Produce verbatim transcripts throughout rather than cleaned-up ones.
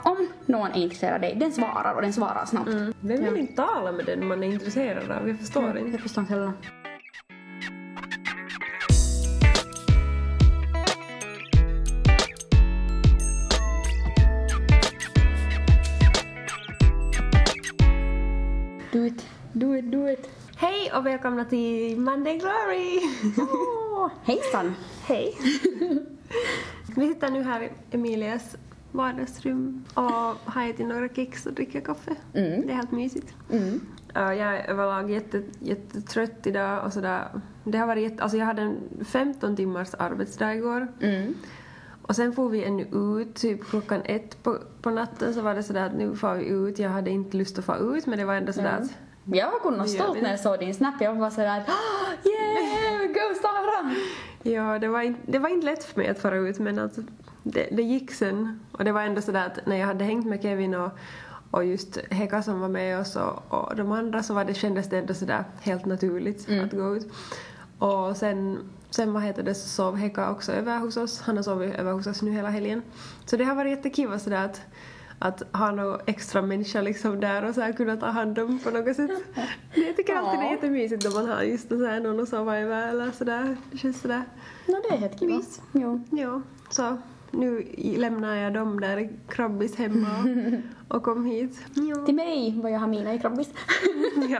om någon är intresserad av dig, den svarar och den svarar snabbt. Mm. Vem vill Ja. inte tala med den man är intresserad av? Jag förstår Mm, inte. jag förstår inte heller. Do it, do it, do it. Hej och välkomna till Monday Glory! Oh, hejsan! Hej! Vi sitter nu här i Emilias vardagsrum och har ätit några kex och dricker kaffe. Mm. Det är helt mysigt. Mm. Ja, jag är överlag jätte, jättetrött idag och sådär. Det har varit jätte, alltså jag hade en femton timmars arbetsdag igår. Mm. Och sen får vi ännu ut, typ klockan ett på, på natten så var det sådär att nu får vi ut. Jag hade inte lust att få ut men det var ändå sådär Mm. att... Jag var kunna Det gör stolt vi. när jag såg din snap. Jag var bara sådär att oh, yeah, go Sara! Ja, det var, inte, det var inte lätt för mig att fara ut men alltså, det, det gick sen. Och det var ändå sådär att när jag hade hängt med Kevin och, och just Heka som var med oss och, och de andra så var det, kändes det ändå sådär helt naturligt Mm. att gå ut. Och sen, sen vad heter det, så sov Heka också över hos oss. Han har sovit över hos oss nu hela helgen. Så det har varit jättekul sådär att att ha någon extra människa liksom där och så här kunna ta hand om på något sätt. Jag tycker alltid det är jättemysigt om man har just så här någon att sova över eller sådär. Det känns sådär. No, det är helt kul. Mys. Jo. Ja, så nu i- lämnar jag dem där i krabbis hemma och, och kom hit. Ja. Till mig var jag har mina i krabbis. Ja.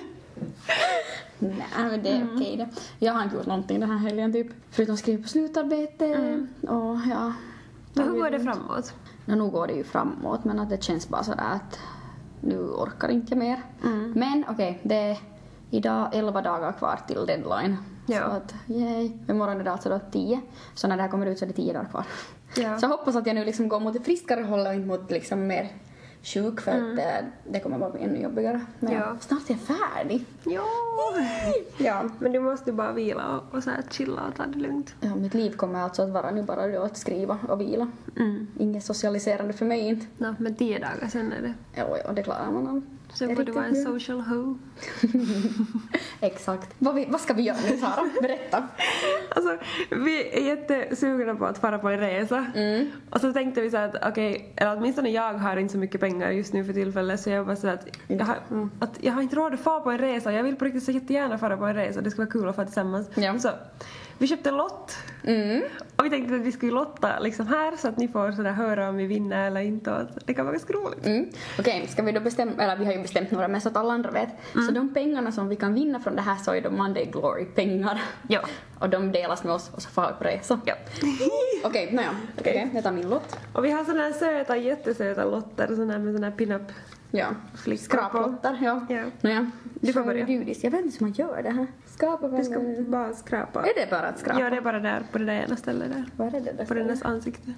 Nej, men det är Mm. okej det. Jag har inte gjort någonting den här helgen typ. Förutom skriva på slutarbete Mm. och ja. Men hur går det framåt? Ja, nu går det ju framåt men att det känns bara sådär att nu orkar inte jag mer. Mm. Men okej, det är idag elva dagar kvar till deadline. Ja. Så att yay. Imorgon är det alltså då tio. Så när det här kommer ut så är det tio dagar kvar. Ja. Så jag hoppas att jag nu liksom går mot det friskare hållet och inte mot liksom mer sjuk för att det, det kommer bara bli ännu jobbigare. Men Mm. Ja. snart är jag färdig. Ja. Ja. Men du måste bara vila och, och så här chilla och ta det lugnt. Ja, mitt liv kommer alltså att vara nu bara då att skriva och vila. Mm. Inget socialiserande för mig inte. No, men tio dagar sen är det. Ja, ja, det klarar man av. Sen Det är får du riktigt vara en bra. social hoe. Exakt. Vad, vi, vad ska vi göra nu, Sara? Berätta. Alltså, vi är jättesugna på att fara på en resa. Mm. Och så tänkte vi så att okej, eller åtminstone jag har inte så mycket pengar just nu för tillfället så jag var så att jag har, Mm. att jag har inte råd att fara på en resa. Jag vill på riktigt så jättegärna fara på en resa. Det skulle vara kul att fara tillsammans. Ja. Så vi köpte en lott. Mm. Och vi tänkte att vi skulle lotta liksom här så att ni får sådär höra om vi vinner eller inte. Och att det kan vara ganska roligt. Mm. Okej, ska vi då bestämma, eller vi har ju bestämt några men så att alla andra vet. Så de pengarna som vi kan vinna från det här så är de Monday Glory-pengar. Ja. Och de delas med oss och så får vi på resa. Ja. Okej, nåja. Okej, Okej. jag tar min lott. Och vi har sådana här söta, jättesöta lotter såna här med såna här pin-up. Ja. Flickor Skraplotter, ja. Ja. Nåja. Du får Kör börja. du dis. Jag vet inte hur man gör det här. Skapa Du ska väl... bara skrapa. Är det bara att skrapa? Ja, det är bara där, på det där ena stället där. Vad är det där? På dennes ansikte.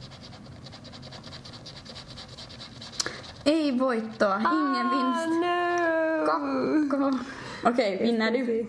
Ei voittoa, ingen vinst. no! Kakko. Okej, vinner du?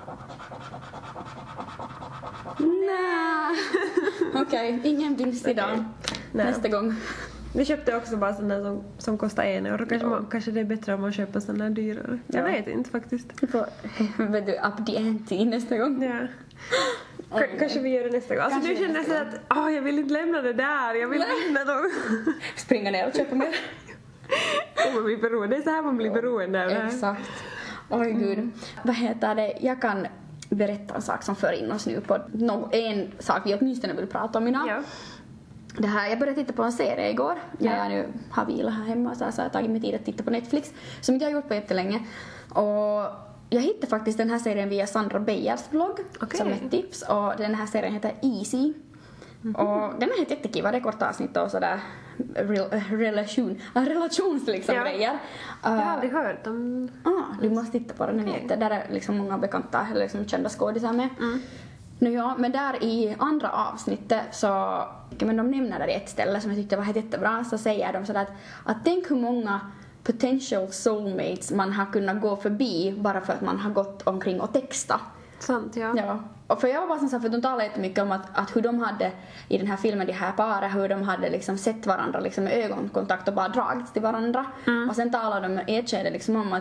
Nej. Okej, ingen vinst idag. Nej. Nästa gång. Vi köpte också bara sådana som, som kostar en euro. Kanske, Ja. man, kanske det är bättre om man köper sådana dyrare. Jag Ja. vet inte faktiskt. Du får, vet du, up the ante nästa gång. Ja. K- kanske vi gör det nästa gång. Alltså Kanske nu kändes nästa det att åh, jag vill inte lämna det där. Jag vill Nej. vinna dem. Springa ner och köpa mer. Och man blir beroende. Det är så här man blir beroende av det här. Exakt. Oj gud. Vad heter det? Jag kan berätta en sak som för in oss nu på no- en sak vi åtminstone vill prata om idag. Ja. Det här, jag började titta på en serie igår när Ja. jag nu har vilat här hemma så, här, så har jag tagit mig tid att titta på Netflix som inte jag har gjort på jättelänge. Och jag hittade faktiskt den här serien via Sandra Beijers vlogg Okej. som ett tips och den här serien heter Easy. Och den är helt jättekiva, det är korta avsnitt och sådär rel- relation, relations liksom Ja. grejer. Jag har Uh, aldrig hört om... Ah, du måste titta på den. Okej. Okay. Där är liksom många bekanta eller liksom kända skådisar med. Mm. Nu ja, men där i andra avsnittet så men de nämner där i ett ställe som jag tyckte var helt jättebra så säger de sådär att, att tänk hur många potential soulmates man har kunnat gå förbi bara för att man har gått omkring och texta. Sant, ja. Ja. Och för jag var bara sån så här, för de talade jättemycket om att, att hur de hade i den här filmen, de här paren, hur de hade liksom sett varandra liksom med ögonkontakt och bara dragits till varandra. Mm. Och sen talade de i ett skede liksom om att,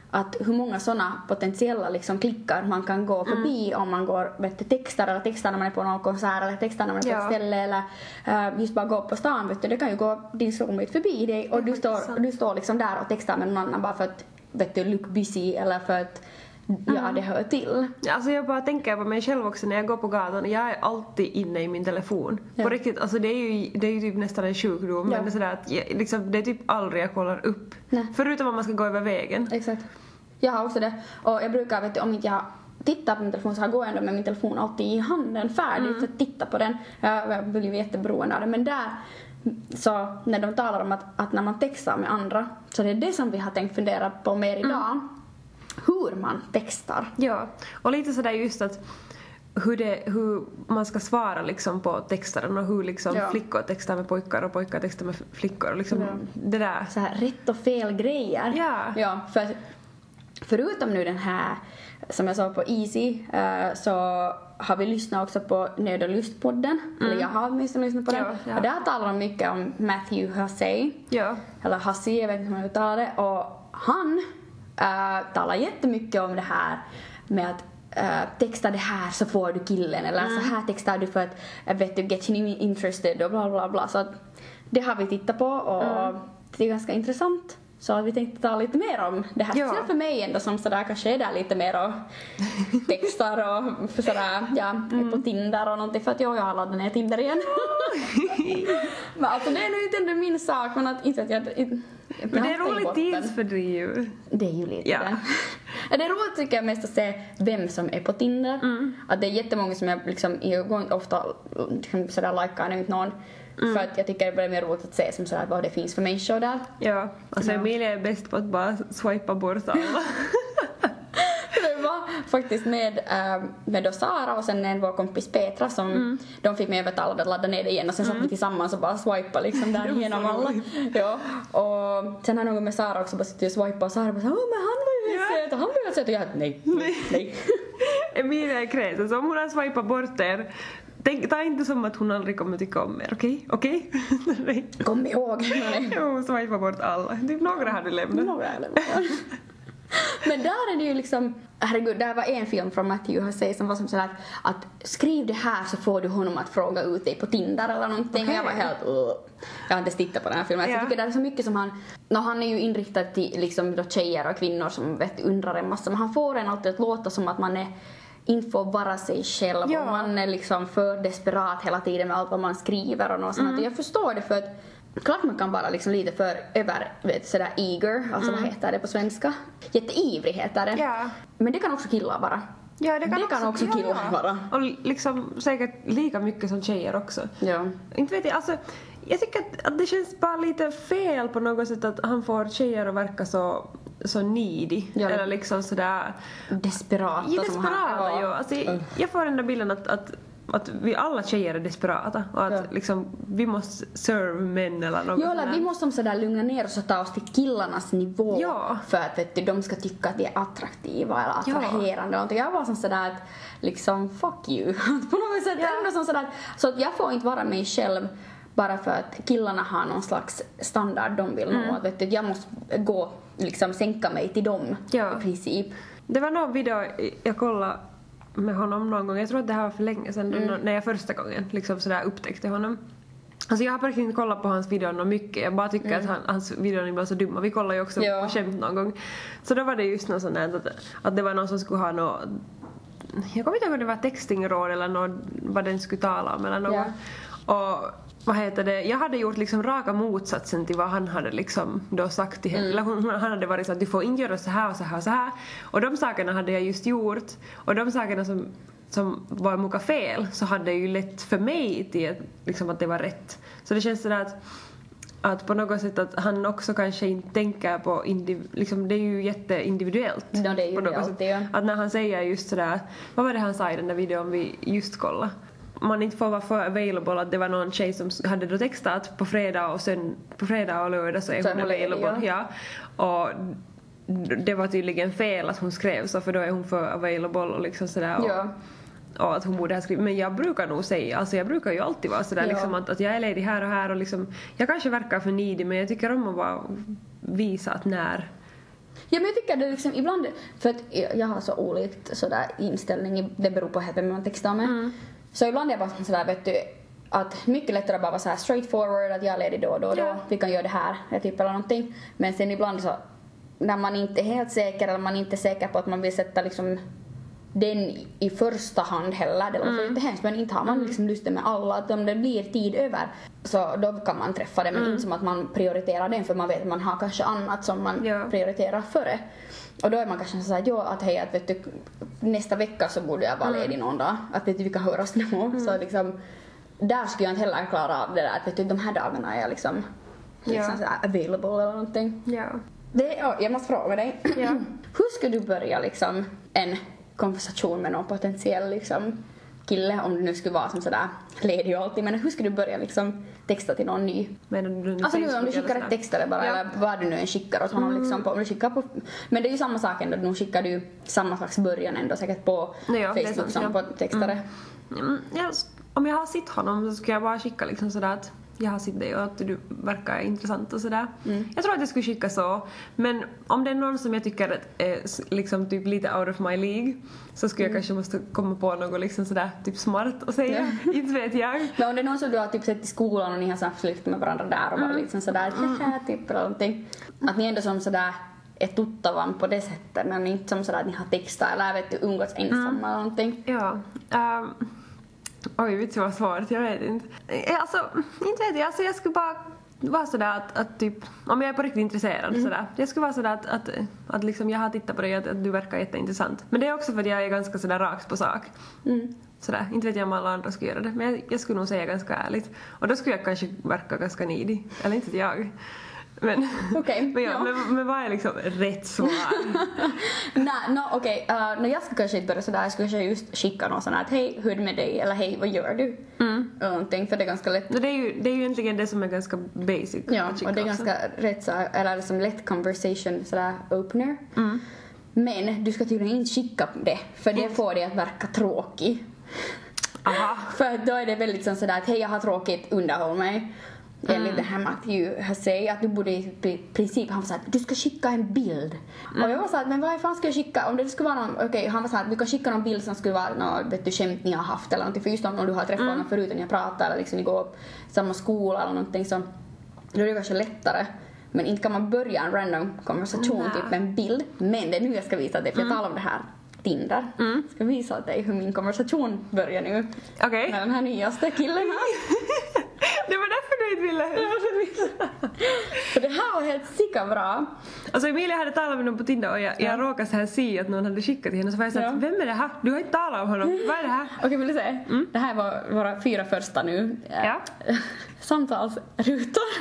att hur många såna potentiella liksom klickar man kan gå förbi mm. om man går vet du, textar eller textar när man är på någon konsert eller textar när man är på ja. ett ställe eller uh, just bara gå på stan vet du, det kan ju gå din soulmate förbi dig och du står, du står liksom där och textar med någon annan bara för att vet du, look busy eller för att ja, mm. det hör till. Alltså jag bara tänker på mig själv också när jag går på gatan. Jag är alltid inne i min telefon. Ja. På riktigt, alltså det är ju, det är ju typ nästan en sjukdom. Ja. Men det är sådär att jag, liksom, det är typ aldrig jag kollar upp. Nej. Förutom om man ska gå över vägen. Exakt. Jag har också det. Och jag brukar, vet du, om inte jag tittar på min telefon så jag går jag ändå med min telefon alltid i handen färdigt mm. för att titta på den. Jag vill ju jätteberoende av det. Men där, så när de talar om att, att när man textar med andra så det är det som vi har tänkt fundera på mer idag. Mm. Hur man textar. Ja, och lite sådär just att hur, det, hur man ska svara liksom på texten och hur liksom ja. flickor textar med pojkar och pojkar textar med flickor och liksom ja. det där. Så här rätt och fel grejer. Ja. Ja, för förutom nu den här som jag sa på Easy uh, så har vi lyssnat också på Nöd och lustpodden. Mm. Eller jag har åtminstone lyssnat på den. Ja, ja. Och där talar de mycket om Matthew Hussey. Ja. Eller Hussey, jag vet inte hur man uttalar det. Och han Uh, talar jättemycket om det här med att uh, texta det här så får du killen eller mm. så här textar du för att uh, vet du, get him interested och bla bla bla så att det har vi tittat på och mm. det är ganska intressant så vi tänkte ta lite mer om det här ja. för mig ändå som sådär kanske är där lite mer och textar och för sådär ja mm. på Tinder och någonting för att jag, jag har laddat ner Tinder igen men alltså det är nog inte min sak men att inte vet jag men det är roligt tidsfördriv. Det är ju lite ja. det. Det är roligt tycker jag mest att se vem som är på Tinder. Mm. Att det är jättemånga som jag liksom, jag ofta liksom, sådär likar inte någon. Mm. För att jag tycker det är mer roligt att se som sådär, vad det finns för människor där. Ja, alltså ja. Emilia är bäst på att bara swipa bort alla. Det var faktiskt med, äh, med då Sara och sen en vår kompis Petra som mm. de fick mig övertalade att ladda ner det igen och sen mm. satt vi tillsammans och bara swipa liksom där genom alla. Ja. Och sen har någon med Sara också bara suttit och swipa och Sara bara så, åh men han var ju ja. söt och han var ju söt och jag nej, nej, nej. Emilia är kräsen så om hon har swipat bort er tänk, ta inte som att hon aldrig kommer tycka om er, okej? Okay? Okej? Okay? Kom ihåg. Jo, swipa bort alla. Typ några har du lämnat. Några har jag lämnat. Men där är det ju liksom, herregud, där var en film från Matthew Hussey som var som sådär att, att skriv det här så får du honom att fråga ut dig på Tinder eller någonting. Okay. Och jag var helt, uh, jag har inte tittat på den här filmen. Yeah. Jag tycker det är så mycket som han, no, han är ju inriktad till liksom då tjejer och kvinnor som vet, undrar en massa. Men han får en alltid att låta som att man är inte får vara sig själv ja. och man är liksom för desperat hela tiden med allt vad man skriver och något sånt. Mm. Jag förstår det för att klart man kan vara liksom lite för över, vet, sådär eager, alltså mm. vad heter det på svenska? Jätteivrig heter det. Ja. Men det kan också killar vara. Ja, det kan det också, kan också killar ja. vara. Och liksom säkert lika mycket som tjejer också. Ja. Inte vet jag, alltså jag tycker att, att det känns bara lite fel på något sätt att han får tjejer att verka så så needy ja. eller liksom sådär desperata ja, desperata ja. Alltså, jag, jag får den där bilden att, att att vi alla tjejer är desperata och att ja. liksom vi måste serve män eller något. Ja, eller vi måste sådär lugna ner oss och ta oss till killarnas nivå ja. för att vet du, de ska tycka att vi är attraktiva eller attraherande. Ja. Och jag var som sådär att liksom fuck you på något sätt ja. ändå som sådär så att jag får inte vara mig själv bara för att killarna har någon slags standard de vill mm. nå. Vet du, jag måste gå liksom sänka mig till dem ja. i princip. Det var någon video jag kollade med honom någon gång. Jag tror att det här var för länge sedan mm. när jag första gången liksom sådär upptäckte honom. Alltså jag har verkligen inte kollat på hans videor något mycket. Jag bara tycker mm. att han, hans videor ibland så dumma. Vi kollar ju också ja. på skämt någon gång. Så då var det just något sånt att, att det var någon som skulle ha något, jag kommer inte ihåg om det var textingråd eller något, vad den skulle tala om eller något. Ja. Och vad heter det? Jag hade gjort liksom raka motsatsen till vad han hade liksom då sagt till henne. Mm. Eller han hade varit så att du får inte göra så här och så här och så här. Och de sakerna hade jag just gjort. Och de sakerna som, som var mycket fel så hade ju lätt för mig till att, liksom, att det var rätt. Så det känns sådär att, att på något sätt att han också kanske inte tänker på indiv- liksom, det är ju jätteindividuellt. Ja, det är ju på något det alltid, ja. Att när han säger just sådär, vad var det han sa i den där videon vi just kollade? Man inte får vara för available att det var någon tjej som hade då textat på fredag och sen på fredag och lördag så är så hon available ja. ja. Och det var tydligen fel att hon skrev så för då är hon för available och liksom sådär och, ja. och att hon borde ha skrivit men jag brukar nog säga alltså jag brukar ju alltid vara sådär ja. liksom att, att jag är ledig här och här och liksom jag kanske verkar för needy men jag tycker om att bara visa att när Ja, men jag tycker det liksom ibland, för att jag har så olikt sådär inställning, det beror på helt vem man textar med. Mm. Så ibland är jag bara sådär, vet du, att mycket lättare bara vara såhär straightforward, att jag är ledig då och då, då. Yeah. Vi kan göra det här, typ eller någonting. Men sen ibland så, när man inte är helt säker eller man inte är säker på att man vill sätta liksom den i första hand heller, det låter mm. inte hemskt, men inte har man liksom lusten med alla, att om det blir tid över så då kan man träffa det, men mm. inte som att man prioriterar den, för man vet att man har kanske annat som man ja. prioriterar före. Och då är man kanske såhär, ja, att hej, att vet du, nästa vecka så borde jag vara mm. ledig någon dag, att vet du, vi kan höras nu. Mm. Så liksom, där skulle jag inte heller klara av det där, att vet du, de här dagarna är jag liksom, liksom ja. såhär available eller någonting. Ja. Det, ja, jag måste fråga dig, ja. hur ska du börja liksom en konversation med någon potentiell liksom kille, om du nu skulle vara som sådär ledig och allting, men hur ska du börja liksom texta till någon ny? Men du, alltså nu om du skickar ett text eller bara, ja. eller vad du nu än skickar åt honom mm. liksom på, om du skickar på, men det är ju samma sak ändå, nu skickar du samma slags början ändå säkert på ja, Facebook som ja. på textare. Mm. Ja, om jag har sett honom så ska jag bara skicka liksom sådär att jag har sett dig och att du verkar intressant och sådär. Mm. Jag tror att jag skulle skicka så. Men om det är någon som jag tycker är liksom typ lite out of my league, så skulle mm. jag kanske måste komma på något liksom sådär typ smart och säga. Ja. Inte vet jag. Men om det är någon som du har typ sett i skolan och ni har sagt med varandra där och bara mm. liksom sådär mm. typ eller någonting. Att ni ändå som sådär är tuttavan på det sättet, men inte som sådär att ni har textat eller vet du umgåtts ensamma mm. eller någonting. Ja. Um. Oj, vet du vad svaret? Jag vet inte. Alltså, inte vet jag. Alltså, jag skulle bara vara sådär att, att typ, om jag är på riktigt intresserad mm. sådär. Jag skulle vara sådär att, att, att liksom jag har tittat på dig att, att du verkar jätteintressant. Men det är också för att jag är ganska sådär rakt på sak. Mm. Sådär, inte vet jag om alla andra skulle göra det. Men jag, jag skulle nog säga ganska ärligt. Och då skulle jag kanske verka ganska needy. Eller inte jag. Men, okay, men, ja, ja. men, men vad är liksom rätt svar? Nej, no, okej. Okay. Uh, no, jag skulle kanske inte börja sådär. Jag skulle kanske just skicka någon sån här att hej, hur är det med dig? Eller hej, vad gör du? Mm. Någonting, för det är ganska lätt. No, det, är ju, det är ju egentligen det som är ganska basic. Ja, och det är ganska också. rätt så, eller som lätt conversation sådär opener. Mm. Men du ska tydligen inte skicka det, för det får dig att verka tråkig. Aha. För då är det väldigt sådär att hej, jag har tråkigt, underhåll mig. Mm. Eller det här med att ju säger att du borde i princip, han var såhär, du ska skicka en bild. Mm. Och jag var såhär, men vad fan ska jag skicka? Om det skulle vara någon, okej, okay, han var såhär, du kan skicka någon bild som skulle vara någon, vet du, skämt ni har haft eller någonting. För just om du har träffat mm. någon förut och ni har pratat eller liksom ni går på samma skola eller någonting, så då är det kanske lättare. Men inte kan man börja en random konversation mm. typ med en bild. Men det är nu jag ska visa dig, för jag talar om det här Tinder. Mm. Ska visa dig hur min konversation börjar nu. Okej. Okay. Med den här nyaste killen här. Det var därför du inte ville. För det här var helt sika bra. Alltså Emilia hade talat med någon på Tinder och jag, ja. jag råkade så här se att någon hade skickat till henne. Så var jag så att, ja. vem är det här? Du har inte talat om honom. Vad är det här? Okej, vill du se? Mm. Det här var våra fyra första nu. Ja. Samtalsrutor.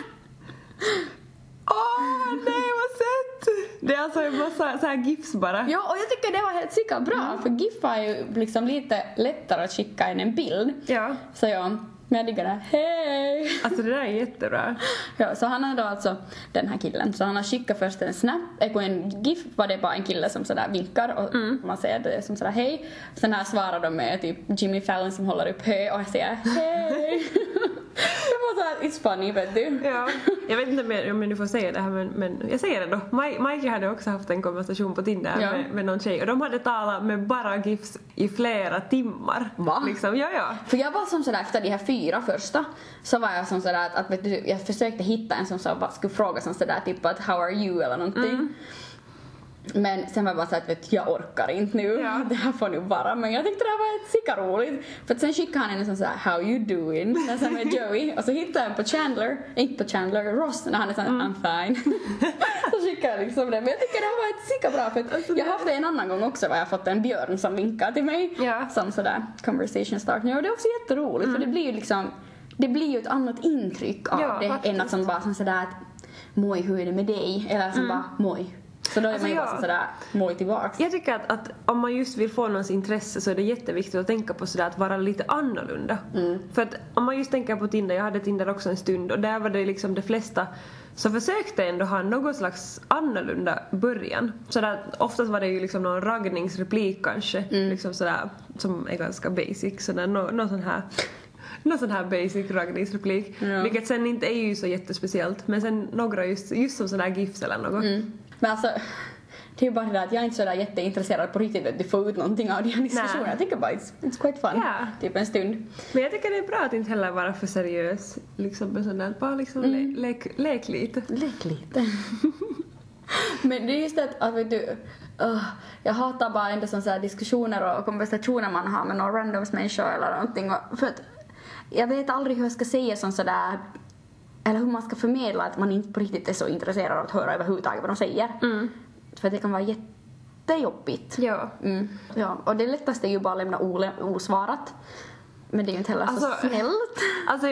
Åh, oh, nej vad sött! Det är alltså en massa så här gifs bara. Ja, och jag tycker det var helt sika bra. Mm. För gif är ju liksom lite lättare att skicka än en bild. Ja. Så ja, men jag ligger där, hej! Alltså det där är jättebra. Ja, så han har då alltså den här killen. Så han har skickat först en snap, en gif var det bara en kille som sådär vinkar och mm. man säger det som sådär hej. Sen här svarar de med typ Jimmy Fallon som håller upp hej och jag säger hej. Det var såhär, it's funny, vet du. Ja, jag vet inte om jag nu får säga det här, men, men jag säger det då. Mike hade också haft en konversation på Tinder ja. med, med någon tjej och de hade talat med bara gifs i flera timmar. Va? Liksom, ja, ja. För jag var som sådär efter de här fyra första så var jag som sådär att, att vet du, jag försökte hitta en som så bara skulle fråga som sådär typ att how are you eller någonting. Mm. Men sen var jag bara så att vet, jag orkar inte nu. Ja. Det här får nu vara. Men jag tyckte det här var ett sika roligt. För att sen skickade han en sån såhär how you doing? Den som med Joey. Och så hittade jag på Chandler. Inte på Chandler, Ross. När han är sån mm. I'm fine. Så skickade jag liksom det. Men jag tycker det här var ett sika bra. För att alltså, jag har haft det en annan gång också. Var jag fått en björn som vinkar till mig. Ja. Som sådär conversation starter. Och det är också jätteroligt. Mm. För det blir ju liksom det blir ju ett annat intryck av ja, det. Faktiskt. Än att som bara som sådär att moj, hur är det med dig? Eller som mm. bara moj. Så då är alltså man ju bara sådär moj tillbaks. Jag tycker att, att om man just vill få någons intresse så är det jätteviktigt att tänka på sådär att vara lite annorlunda. Mm. För att om man just tänker på Tinder, jag hade Tinder också en stund och där var det liksom de flesta så försökte ändå ha något slags annorlunda början. Så där, oftast var det ju liksom någon raggningsreplik kanske, mm. liksom sådär som är ganska basic, sådär no, någon sån här någon sån här basic raggningsreplik. Ja. Vilket sen inte är ju så jättespeciellt. Men sen några just, just som sådär gifs eller något. Mm. Men alltså, det är ju bara det att jag är inte så där jätteintresserad på riktigt att du får ut någonting av de här diskussionerna. Jag tycker bara it's, it's quite fun. Ja. Typ en stund. Men jag tycker det är bra att inte heller vara för seriös. Liksom med sånt där. Bara liksom Mm. le- lek, lek lite. Lek lite. Men det är just det att, vet du, uh, jag hatar bara ändå sådana här diskussioner och konversationer man har med någon randoms människa eller någonting. Och, för att jag vet aldrig hur jag ska säga sånt sådär, eller hur man ska förmedla att man inte på riktigt är så intresserad av att höra överhuvudtaget vad de säger. Mm. För det kan vara jättejobbigt. Ja. Mm. Ja, och det lättaste är ju bara att lämna ole- osvarat. Men det är ju inte heller Alltså, så snällt. Alltså,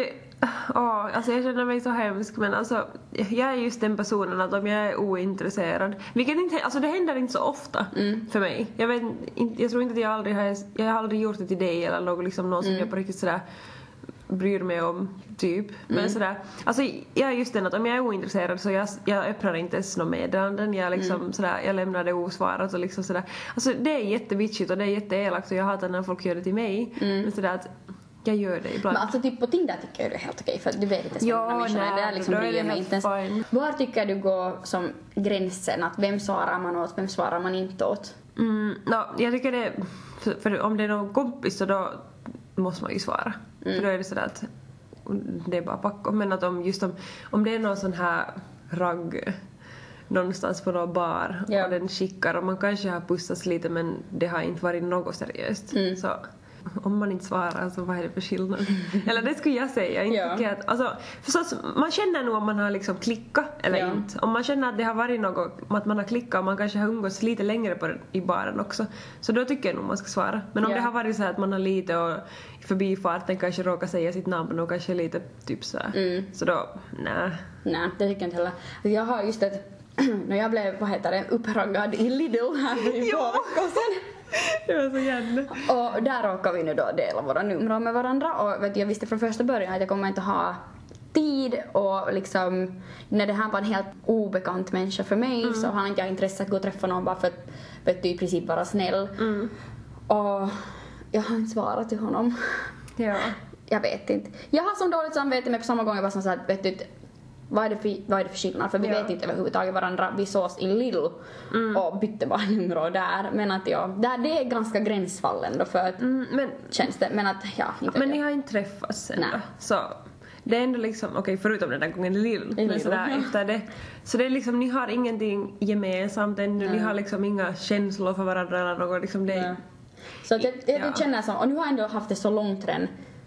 åh, alltså jag känner mig så hemsk, men alltså jag är just den personen att om jag är ointresserad, vilket inte, alltså det händer inte så ofta Mm. för mig. Jag vet inte, jag tror inte att jag aldrig har, jag har aldrig gjort det till dig eller någon, liksom någon som jag på riktigt sådär bryr mig om typ. Men Mm. sådär, alltså jag är just den att om jag är ointresserad så jag, jag öppnar inte ens några meddelanden, jag liksom Mm. sådär, jag lämnar det osvarat och liksom sådär. Alltså det är jättevitchigt och det är jätteelakt och jag hatar när folk gör det till mig. Men sådär att jag gör det ibland. Men alltså typ på Tinder tycker jag det är helt okej, för du vet inte Ja, så många människor är. Det är nej, liksom då är det bryr mig helt inte ens. fine. Var tycker du går som gränsen att vem svarar man åt, vem svarar man inte åt? Mm, no, jag tycker det, för, för om det är någon kompis så då måste man ju svara. Mm. För då är det sådär att det är bara packo. Men att om just om, om det är någon sån här ragg någonstans på någon bar Ja. och den skickar och man kanske har pussats lite men det har inte varit något seriöst. Mm. Så om man inte svarar så vad är det för skillnad? Eller det skulle jag säga. Inte Ja. tycker jag att, alltså, förstås, man känner nog om man har liksom klickat eller Ja. inte. Om man känner att det har varit något, att man har klickat och man kanske har umgåtts lite längre på, i baren också. Så då tycker jag nog man ska svara. Men om Ja. det har varit så här att man har lite och i förbifarten kanske råkar säga sitt namn och kanske lite typ så här. Mm. Så då, nej. Nej, det tycker jag inte heller. Jag har just ett, när jag blev, vad heter det, uppraggad i Lidl här för två Ja. veckor sedan. Det var så gärna. Och där råkar vi nu då dela våra nummer med varandra. Och vet du, jag visste från första början att jag kommer inte ha tid och liksom när det här var en helt obekant människa för mig Mm. så har inte jag intresse att gå och träffa någon bara för att vet du, i princip vara snäll. Mm. Och jag har inte svarat till honom. Ja. Jag vet inte. Jag har som dåligt samvete men på samma gång är jag bara som så här, vet du, vad är det för, vad är det för skillnad? För vi Ja. vet inte överhuvudtaget varandra. Vi sågs i Lidl Mm. och bytte bara nummer där. Men att ja, där det är ganska gränsfall ändå för att Mm, men, känns det. Men att ja, inte men vet ni jag. har inte träffats ändå. Nej. Så det är ändå liksom, okej förutom den där gången i Lidl. I Men Lidl, sådär ja. efter det. Så det är liksom, ni har ingenting gemensamt ännu. Ni Nej. har liksom inga känslor för varandra eller något. Liksom det, Ja. Så att jag, jag, Ja. jag känner som, och nu har jag ändå haft det så långt redan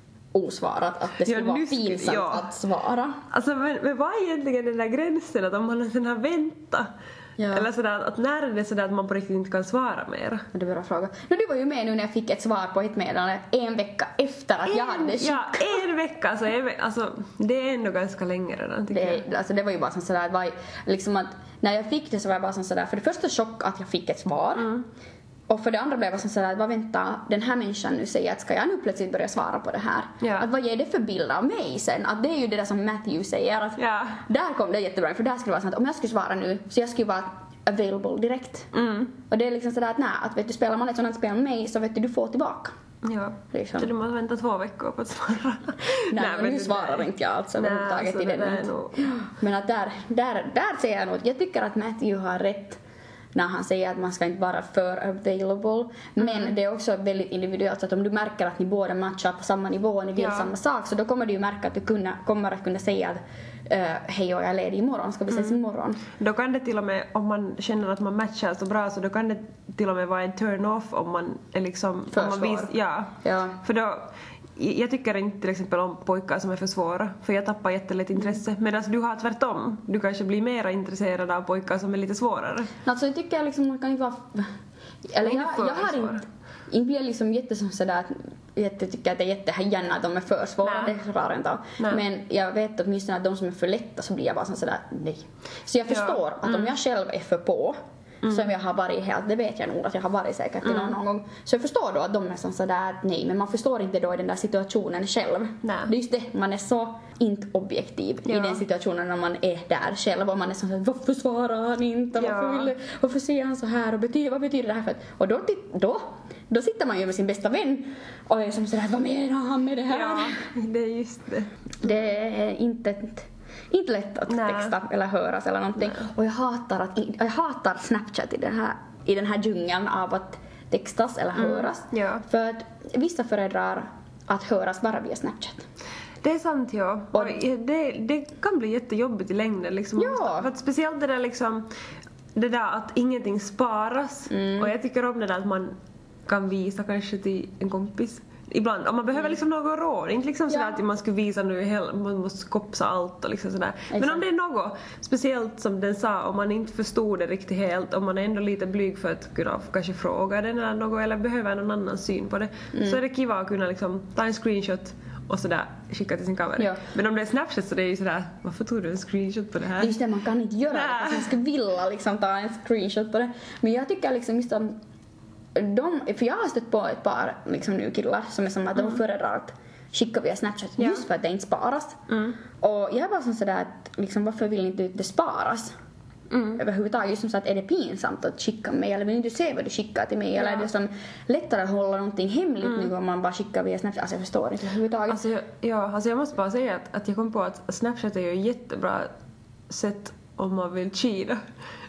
osvarat att det skulle Ja, vara nu skulle- pinsamt ja. att svara. Alltså men, men vad är egentligen den där gränsen att om man sen har väntat? Ja. Eller sådär att när är det sådär att man på riktigt inte kan svara mer? Det är bra fråga. No, du var ju med nu när jag fick ett svar på ett meddelande en vecka efter att jag hade Ja, en vecka. Alltså, en ve- alltså, det är ändå ganska länge redan tycker jag. Det, alltså det var ju bara som sådär, var, liksom att när jag fick det så var jag bara som sådär, för det första chock att jag fick ett svar. Mm. Och för det andra blev jag som sådär, vad vänta, den här människan nu säger att ska jag nu plötsligt börja svara på det här? Ja. Att vad ger det för bild av mig sen? Att det är ju det där som Matthew säger, att Ja. där kom det jättebra, för där skulle det vara så att om jag skulle svara nu, så jag skulle vara available direkt. Mm. Och det är liksom sådär att nej, att vet du, spelar man ett sådant spel med mig så vet du, du får tillbaka. Ja. Liksom. Så du måste vänta två veckor på att svara. Nej, men nu det- svarar inte jag alltså Nej, överhuvudtaget alltså, i det den. där är nog- Men att där, där, där säger jag nog, jag tycker att Matthew har rätt när han säger att man ska inte vara för available. Men Mm. det är också väldigt individuellt, så att om du märker att ni båda matchar på samma nivå och ni vill Ja. samma sak, så då kommer du ju märka att du kunna, kommer att kunna säga att uh, hej och jag är ledig imorgon, ska vi ses Mm. imorgon? Då kan det till och med, om man känner att man matchar så bra, så då kan det till och med vara en turn-off om man är liksom... Om man För svår. ja. Ja. För då, jag tycker inte till exempel om pojkar som är för svåra, för jag tappar jättelätt intresse. Mm. Medan du har tvärtom. Du kanske blir mer intresserad av pojkar som är lite svårare. Alltså jag tycker liksom man kan inte vara... Eller Inte jag, för jag har svåra. inte... Inte blir jag liksom jättesom sådär att jag tycker att det är jättegärna att de är för svåra, Nej. det klarar jag inte av. Nej. Men jag vet åtminstone att de som är för lätta så blir jag bara som sådär nej. Så jag Ja. förstår att om jag själv är för på, som jag har varit helt, det vet jag nog att jag har varit säkert till någon, någon gång. Så jag förstår då att de är som sådär nej, men man förstår inte då i den där situationen själv. Nej. Det är just det, man är så inte objektiv i Ja. den situationen när man är där själv och man är som såhär, varför svarar han inte? Varför, Ja. vill, varför säger han så här? Och betyder, vad betyder det här för? Och då, då, då sitter man ju med sin bästa vän och är som sådär, vad menar han med det här? Ja, det är just det. Det är inte, inte lätt att Nej. texta eller höras eller någonting. Nej. Och jag hatar, att, jag hatar Snapchat i den här, i den här djungeln av att textas eller höras. Mm, ja. För att vissa föredrar att höras bara via Snapchat. Det är sant, ja. Och- Och det, det kan bli jättejobbigt i längden. Liksom. Ja. För att speciellt det där liksom, det där att ingenting sparas. Mm. Och jag tycker om det där att man kan visa kanske till en kompis. Ibland, om man behöver liksom något råd. Inte liksom sådär Ja. att man skulle visa nu, hel- man måste kopsa allt och liksom sådär. Men Exakt. om det är något speciellt som den sa, om man inte förstod det riktigt helt, om man är ändå lite blyg för att kunna kanske fråga den eller något, eller behöver någon annan syn på det, Mm. så är det kiva att kunna liksom ta en screenshot och sådär skicka till sin kamera. Ja. Men om det är Snapchat så det är ju sådär, varför tog du en screenshot på det här? Just det, man kan inte göra det Nej. fast man skulle vilja liksom ta en screenshot på det. Men jag tycker liksom just om de, för jag har stött på ett par liksom nu killar som är som att de föredrar att skicka via Snapchat Ja. just för att det inte sparas. Mm. Och jag var som sådär att liksom, varför vill inte det sparas? Mm. Överhuvudtaget, just som så att är det pinsamt att skicka mig eller vill inte se vad du skickar till mig Ja. eller är det som lättare att hålla någonting hemligt nu om man bara skickar via Snapchat? Alltså jag förstår inte överhuvudtaget. Alltså, jag- ja, alltså jag måste bara säga att, att jag kom på att Snapchat är ju ett jättebra sätt om man vill cheata.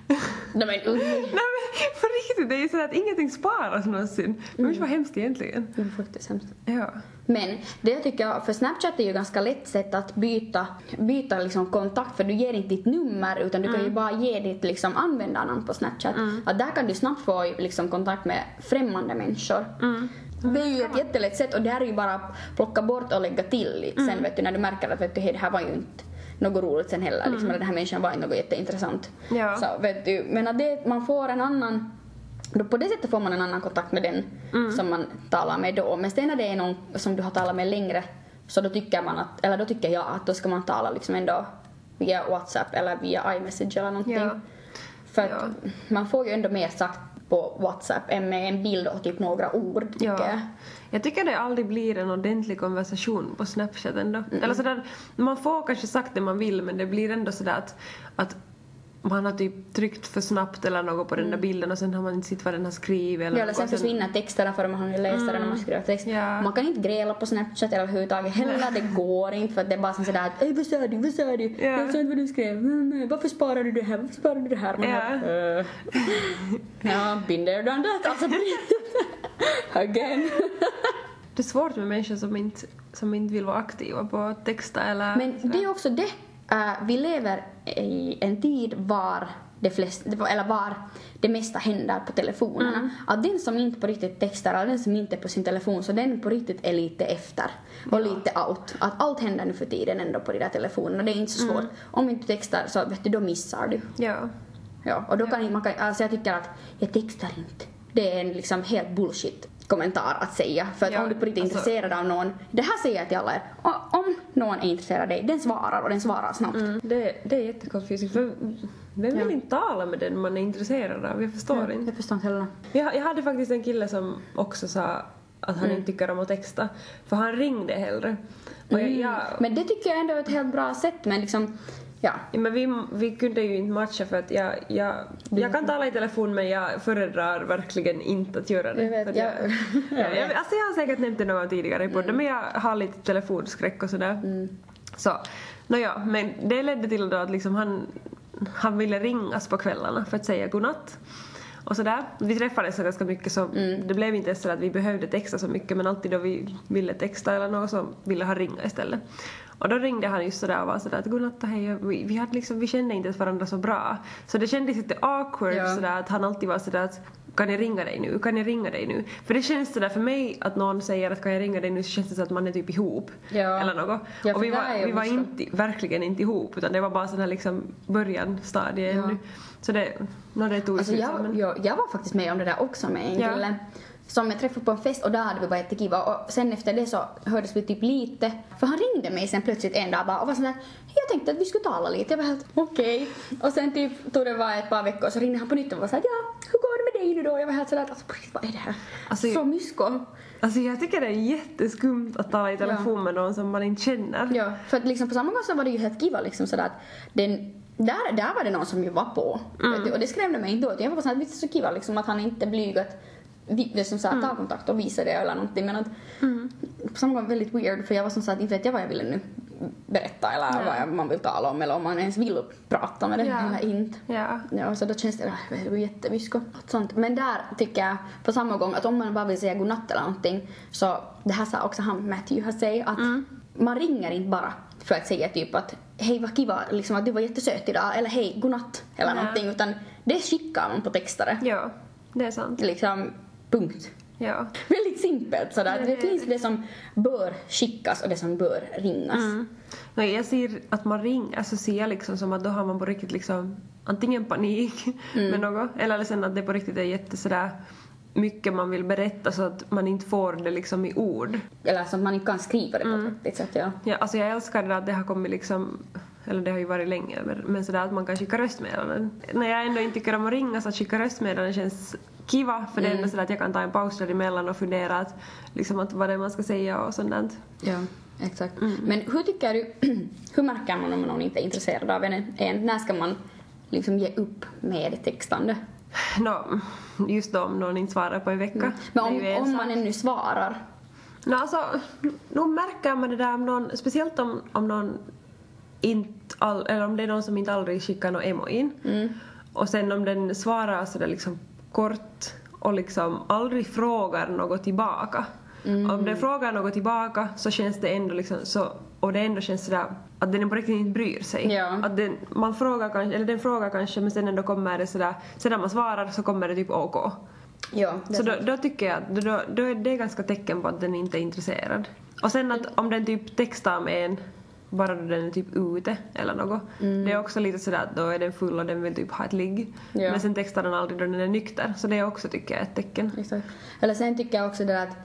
Nej men uh, Nej men på riktigt, det är ju så att ingenting sparas någonsin. Men mm. vad hemskt egentligen. det är faktiskt hemskt. Ja. Men det jag tycker, för Snapchat är ju ganska lätt sätt att byta, byta liksom kontakt, för du ger inte ditt nummer utan du kan ju bara ge ditt liksom användarnamn på Snapchat. Att där kan du snabbt få liksom kontakt med främmande människor. Mm. Det är ju ett jättelätt sätt och det här är ju bara att plocka bort och lägga till sen vet du när du märker att vet du, hej, det här var ju inte något roligt sen heller liksom, eller den här människan var inte något jätteintressant. Ja. Så vet du, men att det, man får en annan då på det sättet får man en annan kontakt med den som man talar med då. Men sen när det är någon som du har talat med längre så då tycker man att, eller då tycker jag att då ska man tala liksom ändå via WhatsApp eller via iMessage eller någonting. Ja. För att Ja. man får ju ändå mer sagt på WhatsApp än med en bild och typ några ord tycker Ja. jag. Jag tycker det aldrig blir en ordentlig konversation på Snapchat ändå. Eller sådär, man får kanske sagt det man vill men det blir ändå sådär att, att man har typ tryckt för snabbt eller något på den där bilden och sen har man inte sett vad den har skrivit eller Ja, eller sen något. försvinner texterna för man har ju läst den när man skriver text. Ja. Man kan inte gräla på Snapchat eller överhuvudtaget heller, det går inte för att det är bara som sådär att "Ey, vad sa du, vad sa du? Ja. Jag sa inte vad du skrev, mm, nej, varför sparar du det här, varför sparar du det här?" Man Ja. bara, "Eh." Ja, been there, done that, alltså again. Det är svårt med människor som inte, som inte vill vara aktiva på att texta eller Men sådär. det är också det, uh, vi lever i en tid var det flesta, eller var det mesta händer på telefonerna. Mm. Att den som inte på riktigt textar, eller den som inte är på sin telefon, så den på riktigt är lite efter. Och lite out. Att allt händer nu för tiden ändå på de där telefonerna. Det är inte så svårt. Mm. Om inte du textar så vet du, då missar du. Ja. Ja, och då kan man kan, alltså jag tycker att jag textar inte. Det är en liksom helt bullshit kommentar att säga. För att Ja, om du på riktigt är alltså- intresserad av någon, det här säger jag till alla er, o- om någon är intresserad av dig, den svarar och den svarar snabbt. Mm. Det, det är jättekonfusigt. För vem vill Ja. inte tala med den man är intresserad av? Jag förstår inte. Jag förstår inte heller. Jag, jag hade faktiskt en kille som också sa att han inte tycker om att texta. För han ringde hellre. Och jag, jag, Men det tycker jag ändå är ett helt bra sätt, men liksom, ja. Ja, men vi, vi kunde ju inte matcha för att jag, jag, jag kan tala i telefon men jag föredrar verkligen inte att göra det. Jag vet, För att jag- ja, jag vet. jag, alltså jag har säkert nämnt det någon gång tidigare i podden men jag har lite telefonskräck och sådär. Mm. Så, nåja, men det ledde till då att liksom han, han ville ringas på kvällarna för att säga godnatt. Och sådär. Vi träffades så ganska mycket så Mm. det blev inte så att vi behövde texta så mycket men alltid då vi ville texta eller något så ville han ringa istället. Och då ringde han just sådär och var sådär att godnatt och hej. Vi, vi, hade liksom, vi kände inte ens varandra så bra. Så det kändes lite awkward Ja. sådär att han alltid var sådär att kan jag ringa dig nu? Kan jag ringa dig nu? För det känns sådär för mig att någon säger att kan jag ringa dig nu så känns det så att man är typ ihop. Ja. Eller något. Ja, och för vi där var, är jag vi var också. inte, verkligen inte ihop utan det var bara sån här liksom början stadie Ja. ännu. Så det, no, det tog Alltså slut, jag, men- jag, jag var faktiskt med om det där också med en Ja. kille som jag träffade på en fest och där hade vi bara jättekiva och sen efter det så hördes vi typ lite för han ringde mig sen plötsligt en dag bara och var sån där jag tänkte att vi skulle tala lite jag var helt okej och sen typ tog det var ett par veckor så ringde han på nytt och var såhär ja hur går det med dig nu då jag var helt sådär alltså vad är det här Alltså, så mysko Alltså jag tycker det är jätteskumt att tala i telefon med någon som man inte känner. ja för att liksom på samma gång så var det ju helt kiva liksom sådär att den där, där var det någon som ju var på vet du, och det skrämde mig inte åt jag var bara såhär att det är så kiva liksom att han inte blygat vi, det som såhär, ta kontakt och visa det eller någonting men att Mm. på samma gång väldigt weird för jag var som sagt inte vet jag vad jag ville nu berätta eller Ja. vad man vill tala om eller om man ens vill prata om det Ja. eller inte. Ja. Ja, så då känns det, äh, det var jättemysko. Sånt. Men där tycker jag på samma gång att om man bara vill säga godnatt eller någonting, så det här sa också han Matthew har sagt att Mm. man ringer inte bara för att säga typ att hej vad kiva, liksom att du var jättesöt idag eller hej godnatt eller Ja. någonting, utan det skickar man på textare. Ja, det är sant. Liksom punkt. Ja. Väldigt simpelt sådär. Ja, Det det- finns det som bör skickas och det som bör ringas. Mm. Nej, jag ser att man ringer, alltså ser jag liksom som att då har man på riktigt liksom antingen panik med något, eller sen att det på riktigt är jätte sådär mycket man vill berätta så att man inte får det liksom i ord. Eller så att man inte kan skriva det på ett riktigt sätt. Ja. Ja, alltså jag älskar det att det har kommit liksom, eller det har ju varit länge, men- men sådär att man kan skicka röstmeddelanden. När jag ändå inte tycker om att ringa så att skicka röstmeddelanden känns kiva, för det är ändå sådär att jag kan ta en paus däremellan och fundera att, liksom att vad det är man ska säga och sånt där. Ja, exakt. Men hur tycker du, hur märker man om någon inte är intresserad av en? en? När ska man liksom ge upp med textande? Nå, just då om någon inte svarar på en vecka. Men det är om, ju en om sak. man ännu svarar. Nå, alltså, nog märker man det där om någon, speciellt om, om någon inte all, eller om det är någon som inte aldrig skickar någon emojin. Mm. Och sen om den svarar så där liksom kort och liksom aldrig frågar något tillbaka. Mm. Om den frågar något tillbaka så känns det ändå liksom så, och det ändå känns sådär att den på riktigt inte bryr sig. Ja. Att den, man frågar kanske, eller den frågar kanske, men sen ändå kommer det sådär, sen när man svarar så kommer det typ OK. Ja, det är Så då, sant. då tycker jag att då, då är det ganska tecken på att den inte är intresserad. Och sen att om den typ textar med en bara då den är typ ute eller något. Det är också lite sådär att då är den full och den vill typ ha ett ligg. Ja. Men sen textar den aldrig då den är nykter. Så det är också tycker jag ett tecken. Exakt. Eller sen tycker jag också det att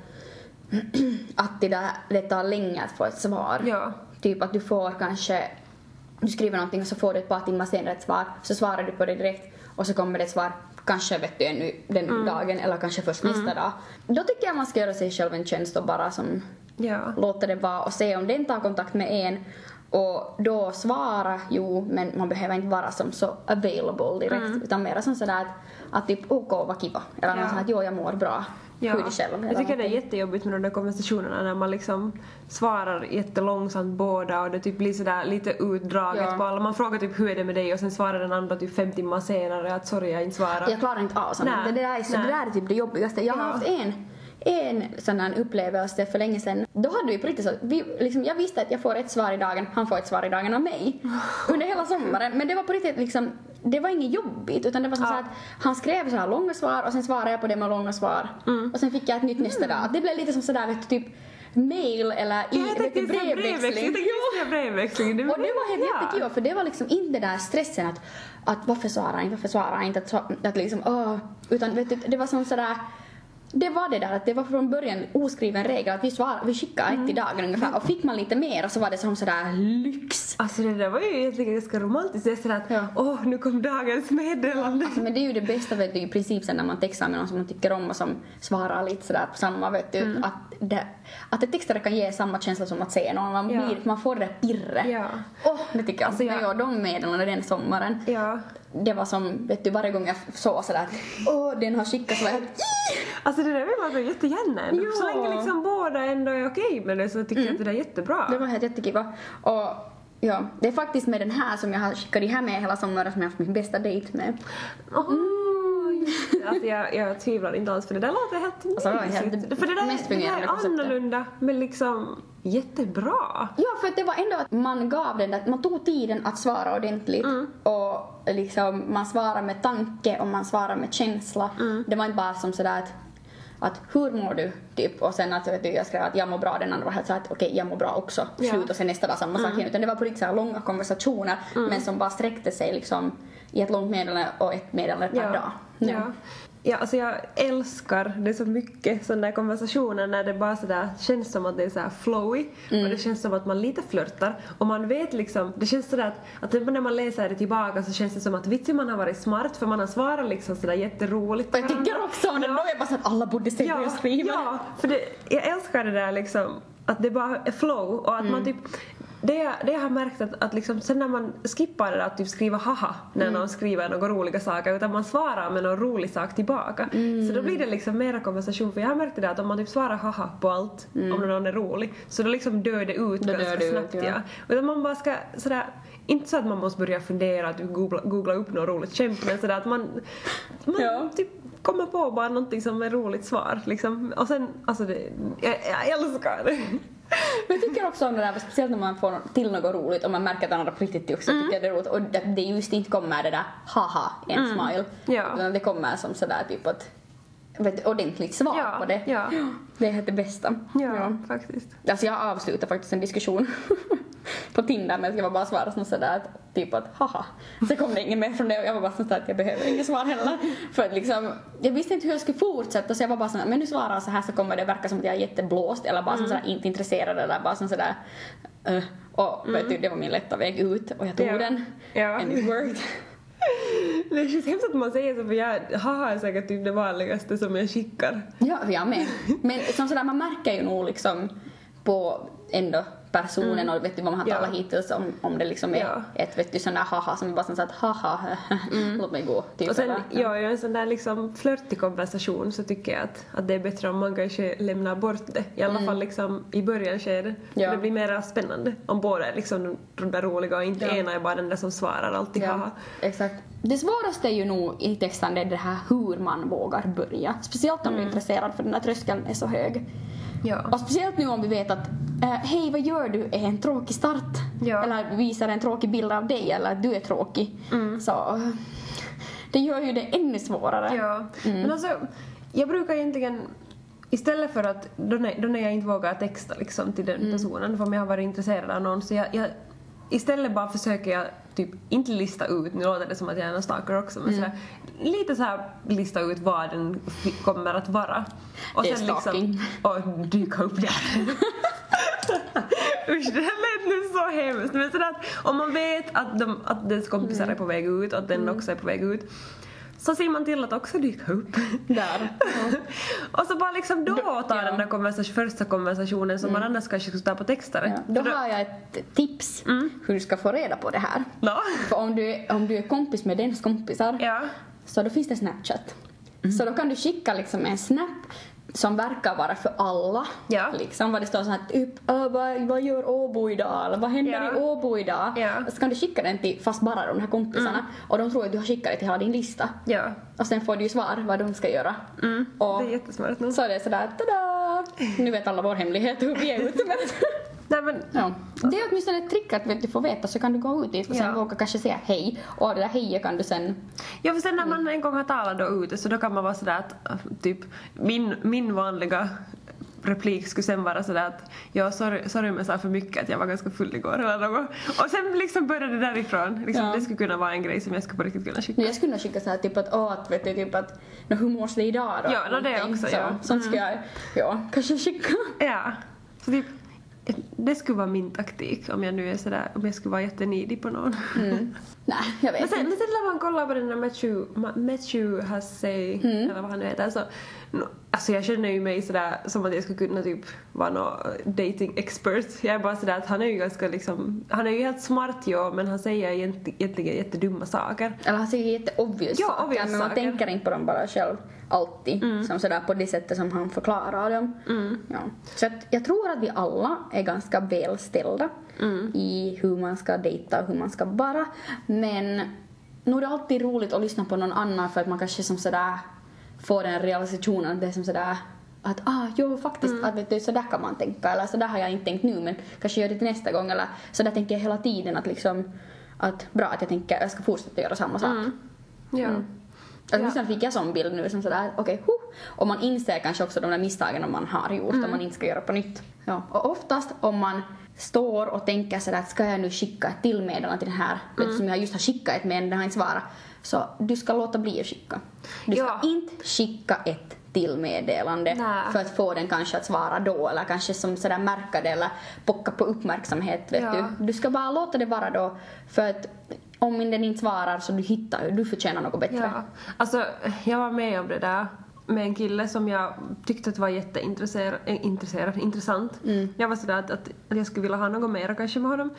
att det, där, det tar länge att få ett svar. Ja. Typ att du får kanske, du skriver någonting och så får du ett par timmar senare ett svar, så svarar du på det direkt och så kommer det ett svar kanske vet du ännu den dagen eller kanske först nästa dag. Då tycker jag man ska göra sig själv en tjänst och bara som Ja. låta det vara och se om den tar kontakt med en och då svara, jo, men man behöver inte vara som så available direkt utan mer som sådär att, att typ OK vad kiva eller Ja. något sånt att jo jag mår bra. Ja. Hur är det själv? Jag eller tycker det är någonting. jättejobbigt med de där konversationerna när man liksom svarar jättelångsamt båda och det typ blir sådär lite utdraget Ja. på alla. Man frågar typ hur är det med dig och sen svarar den andra typ fem timmar senare att sorry jag inte svarar. Jag klarar inte av sånt. Nej, Det, det, där är så, nej. det där är typ det jobbigaste. Jag har Ja. haft en, en sån här upplevelse för länge sedan. Då hade vi på riktigt så, vi, liksom, jag visste att jag får ett svar i dagen, han får ett svar i dagen av mig. Under hela sommaren. Men det var på riktigt liksom, det var inget jobbigt utan det var som Ja. så att han skrev så här långa svar och sen svarade jag på det med långa svar. Och sen fick jag ett nytt nästa dag. Det blev lite som sådär vet du, typ mail eller i jag vet tänkte du, säga brevväxling. brevväxling. Jag tänkte säga brevväxling. Det Och det var helt ja. jättekul för det var liksom inte den där stressen att, att varför svarar jag inte, varför svarar jag inte, att, sva- att liksom åh, utan vet du, det var som sådär, det var det där att det var från början oskriven regel att vi svarar, vi skickar ett i dagen ungefär och fick man lite mer och så var det som sådär lyx. Alltså det där var ju egentligen ganska romantiskt. Det är sådär att Ja. åh nu kom dagens meddelande. Alltså, men det är ju det bästa vet du, i princip sen när man textar med någon som man tycker om och som svarar lite sådär på samma vet du, att det, att ett textare kan ge samma känsla som att se någon, man, Ja. blir, man får det där pirret. Ja. Åh, det tycker jag. Alltså, jag- jag... de meddelandena den sommaren. Ja. Det var som, vet du, varje gång jag såg sådär att åh, den har skickat så var jag helt, Alltså det där vill man väl jättegärna ändå. Ja. Så länge liksom båda ändå är okej med det så tycker jag att det där är jättebra. det var helt jättekiva. Och ja, det är faktiskt med den här som jag har skickat det här med hela sommaren som jag har haft min bästa dejt med. Oj. Alltså jag, jag tvivlar inte alls för det där låter helt Alltså, det var helt mysigt. För det där, mest det där fungerande är konceptet. annorlunda men liksom jättebra. Ja, för att det var ändå att man gav den där, man tog tiden att svara ordentligt och liksom man svarar med tanke och man svarar med känsla. Det var inte bara som sådär att att hur mår du typ och sen att vet du, jag skrev att jag mår bra, den andra var helt så att okej okay, jag mår bra också, Ja. slut och sen nästa dag samma sak igen. Utan det var på riktigt så här långa konversationer men som bara sträckte sig liksom i ett långt meddelande och ett meddelande per dag. Ja. Ja, alltså jag älskar det så mycket, sådana där konversationer när det bara sådär känns som att det är såhär flowy och det känns som att man lite flörtar och man vet liksom, det känns sådär att, att när man läser det tillbaka så känns det som att vitsen man har varit smart för man har svarat liksom sådär jätteroligt. Och jag tycker också, när då är bara så att alla borde se hur jag skriver. Ja, för det, jag älskar det där liksom att det bara är flow och att man typ det, det jag har märkt att, att liksom, sen när man skippar det där att typ skriva haha när mm. någon skriver några roliga saker, utan man svarar med någon rolig sak tillbaka. Mm. Så då blir det liksom mera konversation, för jag har märkt det att om man typ svarar haha på allt, mm. om någon är rolig, så då liksom dör det ut då ganska det snabbt. ut, ja. Ja. Utan man bara ska sådär, inte så att man måste börja fundera att googla, googla upp något roligt skämt, men sådär att man, man ja. typ kommer på bara någonting som är roligt svar liksom. Och sen, alltså det, jag, jag älskar det. Men jag tycker också om det där, speciellt när man får till något roligt och man märker att andra på riktigt också mm. tycker det är roligt, och det, det just inte kommer det där haha, en mm. smile, ja. utan det kommer som sådär typ att ett ordentligt svar ja. på det. Ja. Det är det bästa. Ja, ja, faktiskt. Alltså jag avslutar faktiskt en diskussion på Tinder, men jag var bara svara sån sådär att, typ att haha. Så kom det ingen mer från det och jag var bara sån att jag behöver inget svar heller. För att liksom, jag visste inte hur jag skulle fortsätta, så jag var bara sån, men nu svarar så här så kommer det verka som att jag är jätteblåst eller bara mm. sån sådär inte intresserad eller bara sån sådär uh, och mm. vet du, det var min lätta väg ut och jag tog ja. den ja. and it worked. Det är så hemskt att man säger så, för jag haha är säkert typ det vanligaste som jag skickar. Ja, jag med. Men som sådär, man märker ju nog liksom på ändå personen mm. och vet du vad man har talat ja. hittills om, om det liksom är ja. ett vet du sån där haha som är bara sån att haha mm. låt mig gå typ. Och sen ja, en sån där liksom flörtig konversation, så tycker jag att, att det är bättre om man kanske lämnar bort det i alla mm. fall liksom i början skede. Ja. Det blir mer spännande om båda är liksom de där roliga och inte ja. ena är bara den där som svarar alltid ja. haha. Exakt. Det svåraste är ju nog i texten det, det här hur man vågar börja, speciellt om mm. du är intresserad, för den här tröskeln är så hög. Ja. Och speciellt nu om vi vet att äh, hej, vad gör du är en tråkig start ja. eller visar en tråkig bild av dig eller att du är tråkig. Mm. Så det gör ju det ännu svårare. Ja. Mm. Men alltså, jag brukar egentligen istället för att då när, då när jag inte vågar texta liksom till den mm. personen, för om jag har varit intresserad av någon, så jag, jag istället bara försöker jag typ inte lista ut, nu låter det som att jag är en stalker också, men mm. sådär, lite så här lista ut vad den kommer att vara. Och det är sen stalking. Liksom, och dyka upp där. Usch, det här lät nu så hemskt. Men sådär att om man vet att, de, att dess kompisar mm. är på väg ut och att den mm. också är på väg ut, så ser man till att också dyka upp. Där. Ja. Och så bara liksom då tar ja. den där konversation, första konversationen som mm. man annars kanske skulle ta på textare. Ja. Då, då har jag ett tips mm. hur du ska få reda på det här. No. För om du, om du är kompis med dens kompisar ja. så då finns det Snapchat. Mm. Så då kan du skicka liksom en snap som verkar vara för alla. Ja. Liksom vad det står så här typ äh, vad, vad gör Åbo idag? Eller vad händer ja. i Åbo idag? Ja. Så kan du skicka den till fast bara de här kompisarna. Mm. Och de tror att du har skickat det till hela din lista. Ja. Och sen får du ju svar vad de ska göra. Mm. Och det är jättesmart nu. så är det sådär, tada! Nu vet alla vår hemlighet hur vi är ute med det. Nej, men, ja. Det är åtminstone ett trick att vet, du får veta, så kan du gå ut dit och sen ja. våga kanske säga hej. Och det där hejet kan du sen... Ja, för sen när man en gång har talat då ute, så då kan man vara sådär att typ min, min vanliga replik skulle sen vara sådär att jag sorry, sorry men sa för mycket att jag var ganska full igår eller något. Och sen liksom började det därifrån. Liksom, ja. Det skulle kunna vara en grej som jag skulle på riktigt kunna skicka. Jag skulle skicka såhär typ att åh, vet du, typ att no, hur mår det idag då? Ja, no, det är också, så, ja. Sånt ska jag, ja, kanske skicka. Ja, så typ det skulle vara min taktik om jag nu är sådär, om jag skulle vara jättenidig på någon. Mm. Nej, jag vet men sen, inte. Men sen när man kollar på den där Matthew, Matthew Hussey, mm. eller vad han nu heter, så no, alltså jag känner ju mig sådär som att jag skulle kunna typ vara någon dating expert. Jag är bara sådär att han är ju ganska liksom, han är ju helt smart ja, men han säger egentligen jättedumma saker. Eller han säger jätteobvious ja, saker, obvious men man saker. tänker inte på dem bara själv alltid, mm. som sådär på det sättet som han förklarar dem. Mm. Ja. Så att jag tror att vi alla är ganska välställda mm. i hur man ska dejta och hur man ska vara, men nu är det alltid roligt att lyssna på någon annan för att man kanske som sådär får en realisation att det är som sådär att ah, jo faktiskt, mm. att vet du, så där kan man tänka, eller så där har jag inte tänkt nu men kanske gör det till nästa gång, eller så där tänker jag hela tiden att liksom att bra att jag tänker jag ska fortsätta göra samma sak. Mm. Ja. Mm. Alltså, ja. Sen fick jag sån bild nu som sådär, okej, okay, huh. Och man inser kanske också de där misstagen man har gjort mm. och man inte ska göra på nytt. Ja. Och oftast om man står och tänker sådär att ska jag nu skicka ett till meddelande till den här, mm. som jag just har skickat ett men den har inte svarat, så du ska låta bli att skicka. Du ska ja. inte skicka ett till meddelande Nä. för att få den kanske att svara då, eller kanske som sådär märka det eller pocka på uppmärksamhet, vet ja. du. Du ska bara låta det vara då, för att om den inte svarar så du hittar ju, du förtjänar något bättre. Ja. Alltså, jag var med om det där. med en kille som jag tyckte att var jätteintresserad, äh, intresserad, intressant. Mm. Jag var sådär att, att jag skulle vilja ha något mer kanske med honom.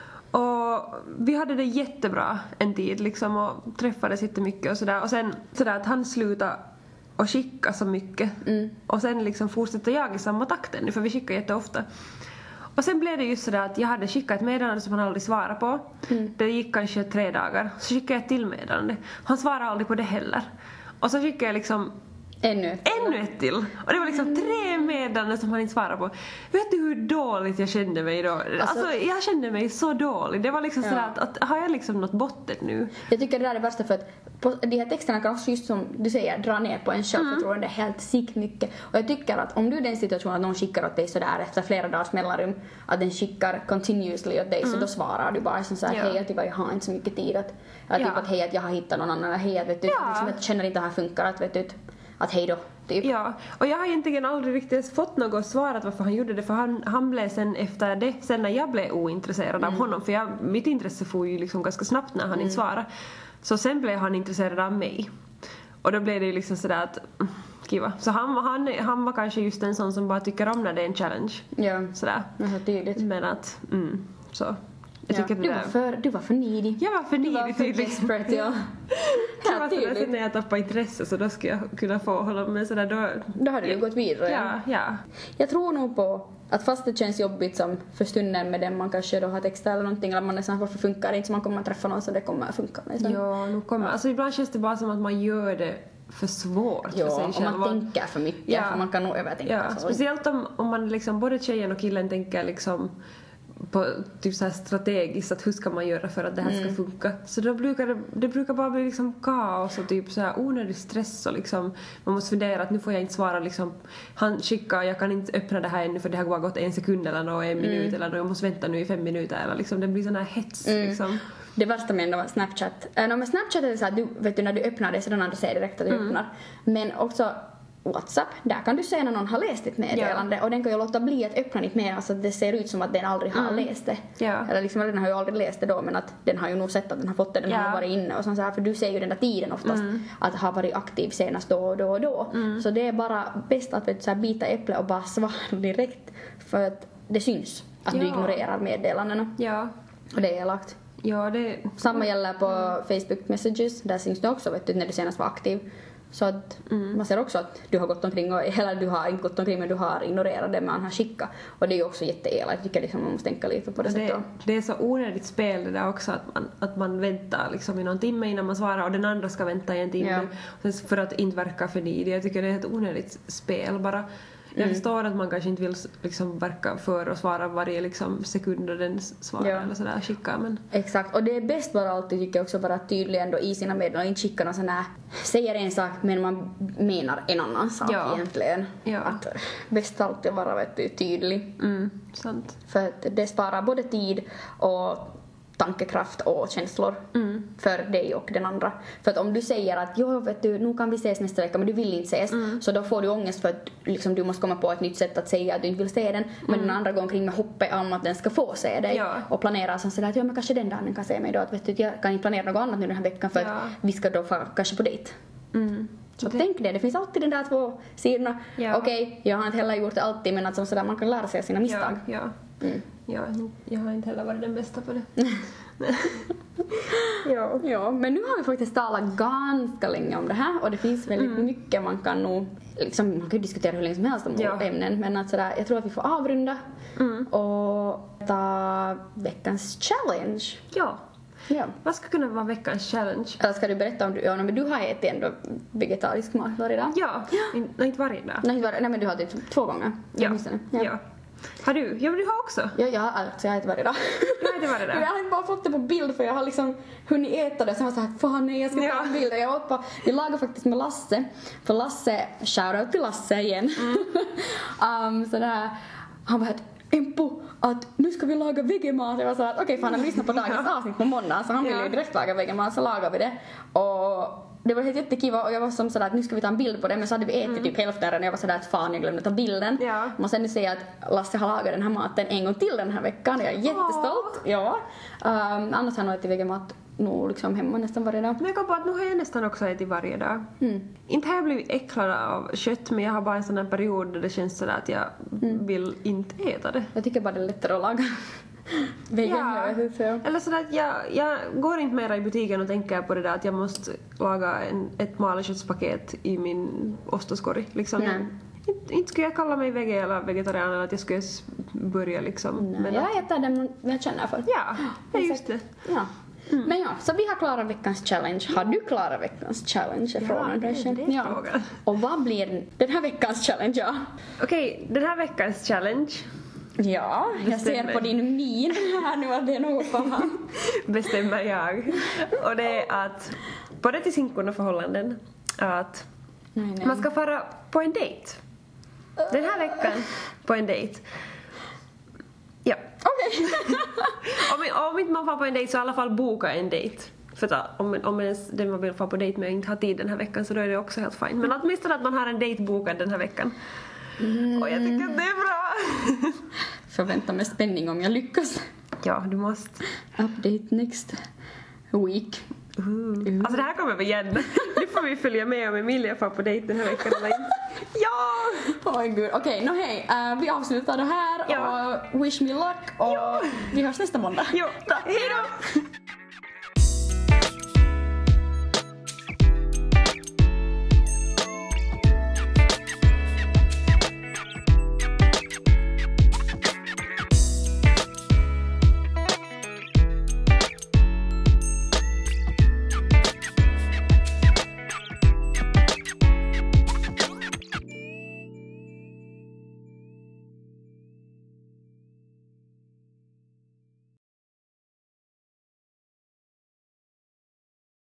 Och vi hade det jättebra en tid liksom och träffades jättemycket och sådär. Och sen sådär att han slutade och skicka så mycket. Mm. Och sen liksom fortsatte jag i samma takt ännu, för vi skickade jätteofta. Och sen blev det just sådär att jag hade skickat ett meddelande som han aldrig svarade på. Mm. Det gick kanske tre dagar. Så skickade jag ett till meddelande. Han svarade aldrig på det heller. Och så skickade jag liksom Ännu ett till. Ännu ett till. Och det var liksom tre meddelanden som han inte svarade på. Vet du hur dåligt jag kände mig då? Alltså, alltså jag kände mig så dålig. Det var liksom ja. sådär att, att har jag liksom något botten nu? Jag tycker det där är det värsta, för att på, de här texterna kan också, just som du säger, dra ner på en självförtroende mm. helt sikt mycket. Och jag tycker att om du är i den situationen att någon skickar åt dig sådär efter flera dagars mellanrum, att den skickar continuously åt dig, mm. så då svarar du bara som såhär, ja. hej, att jag har inte så mycket tid. Att, att ja. typ att hej, att jag har hittat någon annan. Hej, att vet du, ja. liksom, jag känner inte att det här funkar. Att vet du, att hej då, typ. Ja, och jag har egentligen aldrig riktigt fått något svarat varför han gjorde det, för han, han blev sen efter det, sen när jag blev ointresserad mm. av honom, för jag, mitt intresse får ju liksom ganska snabbt när han mm. inte svarade. Så sen blev han intresserad av mig. Och då blev det ju liksom sådär att, kiva. Så han, han, han var kanske just en sån som bara tycker om när det är en challenge. Ja, sådär. Det var tydligt. Men att, mm, så... Ja. Du, var för, du var för needy. Jag var för needy. Du var för desperate, ja. Det var sådär sen när jag tappade intresse, så då skulle jag kunna få honom med sådär då... Då hade du gått vidare. Ja, ja. Jag tror nog på att fast det känns jobbigt som för stunden med den man kanske då har texter eller någonting, eller man är såhär, varför funkar det inte, så man kommer att träffa någon så det kommer att funka. Liksom. Ja, nu kommer. Alltså ibland känns det bara som att man gör det för svårt ja, för sig själv. Ja, om man tänker för mycket, ja. för man kan nog övertänka. Ja, speciellt om, om man liksom, både tjejen och killen tänker liksom på typ så här strategiskt att hur ska man göra för att det här ska mm. funka. Så då brukar det, det brukar bara bli liksom kaos och typ så här onödig stress och liksom man måste fundera att nu får jag inte svara liksom, han skickar, jag kan inte öppna det här ännu för det har bara gått en sekund eller något, en minut mm. eller något, jag måste vänta nu i fem minuter eller liksom, det blir sån här hets mm. liksom. Det värsta med ändå var Snapchat. Äh, no, med Snapchat är det så att du, vet du, när du öppnar det så den andra ser direkt att du mm. öppnar. Men också WhatsApp, där kan du se när någon har läst ditt meddelande ja. och den kan ju låta bli att öppna ditt meddelande så att det ser ut som att den aldrig har mm. läst det. Ja. Eller liksom, den har ju aldrig läst det då, men att den har ju nog sett att den har fått det, den ja. har varit inne och så här, för du ser ju den där tiden oftast mm. att ha varit aktiv senast då och då och då. Mm. Så det är bara bäst att vet, så här, bita äpple och bara svara direkt, för att det syns att ja. du ignorerar meddelandena. Ja. Och det är elakt. Ja, det... Samma gäller på mm. Facebook Messages, där syns det också vet du, när du senast var aktiv. Så att mm. man ser också att du har gått omkring, och, eller du har inte gått omkring men du har ignorerat det man har skickat. Och det är ju också jätteelakt, jag tycker liksom man måste tänka lite på det, det sättet. Det är så onödigt spel det där också, att man, att man väntar liksom i någon timme innan man svarar och den andra ska vänta i en timme ja. för att inte verka för needy. Jag tycker det är ett onödigt spel bara. Jag mm. förstår att man kanske inte vill liksom verka för och svara varje liksom sekund och den svarar ja. eller sådär, skicka, men... Exakt, och det är bäst bara alltid tycker jag också vara tydlig ändå i sina medel och inte skicka någon sån här, säger en sak men man menar en annan sak ja. egentligen. Ja. Att bäst alltid vara vet du, tydlig. Mm, sant. För att det sparar både tid och tankekraft och känslor mm. för dig och den andra. För att om du säger att jo, vet du, nu kan vi ses nästa vecka men du vill inte ses, mm. så då får du ångest för att liksom, du måste komma på ett nytt sätt att säga att du inte vill se den, men mm. den andra går omkring med hoppet om att den ska få se dig ja. och planerar sådär att ja, men kanske den dagen kan se mig då, att vet du, jag kan inte planera något annat nu den här veckan för ja. att vi ska då få kanske på dejt. Mm. Så det... tänk det, det finns alltid den där två sidorna. Ja. Okej, okay, jag har inte heller gjort det alltid, men att som sådär, man kan lära sig av sina misstag. Ja, ja. Mm. Ja, jag har inte heller varit den bästa på det. ja. ja, men nu har vi faktiskt talat ganska länge om det här och det finns väldigt mm. mycket man kan nog liksom, man kan ju diskutera hur länge som helst om ja. ämnen, men att sådär, jag tror att vi får avrunda mm. och ta veckans challenge. Ja. Ja. Vad ska kunna vara veckans challenge? Eller ska du berätta om du, ja, men du har ätit ändå vegetarisk mat varje dag? Ja, ja. In, nej, inte varje dag. Nej, inte varje, nej men du har det två gånger. Ja. Ja. ja. Har du? Ja, men du har också. Ja, jag har alltså, jag äter varje dag. Du äter varje dag? Jag har inte bara fått det på bild för jag har liksom hunnit äta det. Så jag var såhär, fan nej, jag ska ta en bild. Jag åt på, jag lagade faktiskt med Lasse. För Lasse, shoutout till Lasse igen. Mm. um, så där, han var att Empo, att nu ska vi laga vegemat. Jag var så att okej, okay, fan han lyssnade på dagens avsnitt på måndag. Så han ville ju direkt laga vegemat, så lagade vi det. Och det var helt jättekiva och jag var som sådär att nu ska vi ta en bild på det, men så hade vi ätit mm. typ hälften och jag var sådär att fan jag glömde ta bilden. Ja. Och sen nu säger jag att Lasse har lagat den här maten en gång till den här veckan. Jag är jättestolt. Oh. Ja. Um, annars har jag nog ätit vegemat nog liksom hemma nästan varje dag. Men jag kom på att nu har jag nästan också ätit varje dag. Mm. Inte har jag blivit äcklad av kött, men jag har bara en sån här period där det känns sådär att jag mm. vill inte äta det. Jag tycker bara det är lättare att laga. Vegan, Ja. jag vet inte. Eller sådär att jag, jag går inte mera i butiken och tänker på det där att jag måste laga en, ett malköttspaket i min ostoskorg. Liksom. Nej. Inte, inte skulle jag kalla mig vege eller vegetarian eller att jag skulle s- börja liksom. Nej, Men jag att, äter dem jag känner för. ja, det är just det. Ja. Mm. Men ja, så vi har klarat veckans challenge. Har du klarat veckans challenge? Ja, Frågan det är kanske? det Ja. frågan. Och vad blir den här veckans challenge? Ja, Okej, den här veckans challenge ja jag ser Bestämmer. på din min här nu att det är något på han. bestämmer jag. Och det är att, både till sinkon och förhållanden, att Nej, nej. man ska fara på en dejt. Den här veckan på en dejt. Ja. Okej. Om, om inte man får på en dejt så i alla fall boka en dejt. För att om, om ens, den man vill få på dejt med inte har tid den här veckan så då är det också helt fint. Men åtminstone att man har en dejt bokad den här veckan. Mm. Och jag tycker att det är bra. Förvänta med spänning om jag lyckas. Ja, du måste. Update next week. Uh. Alltså det här kommer vi igen. Nu får vi följa med om Emilia får på dejt den här veckan eller inte. Ja! Åh gud, okej, nå hej. Uh, vi avslutar det här Ja. och wish me luck och Ja. vi hörs nästa måndag. Jo, hej då!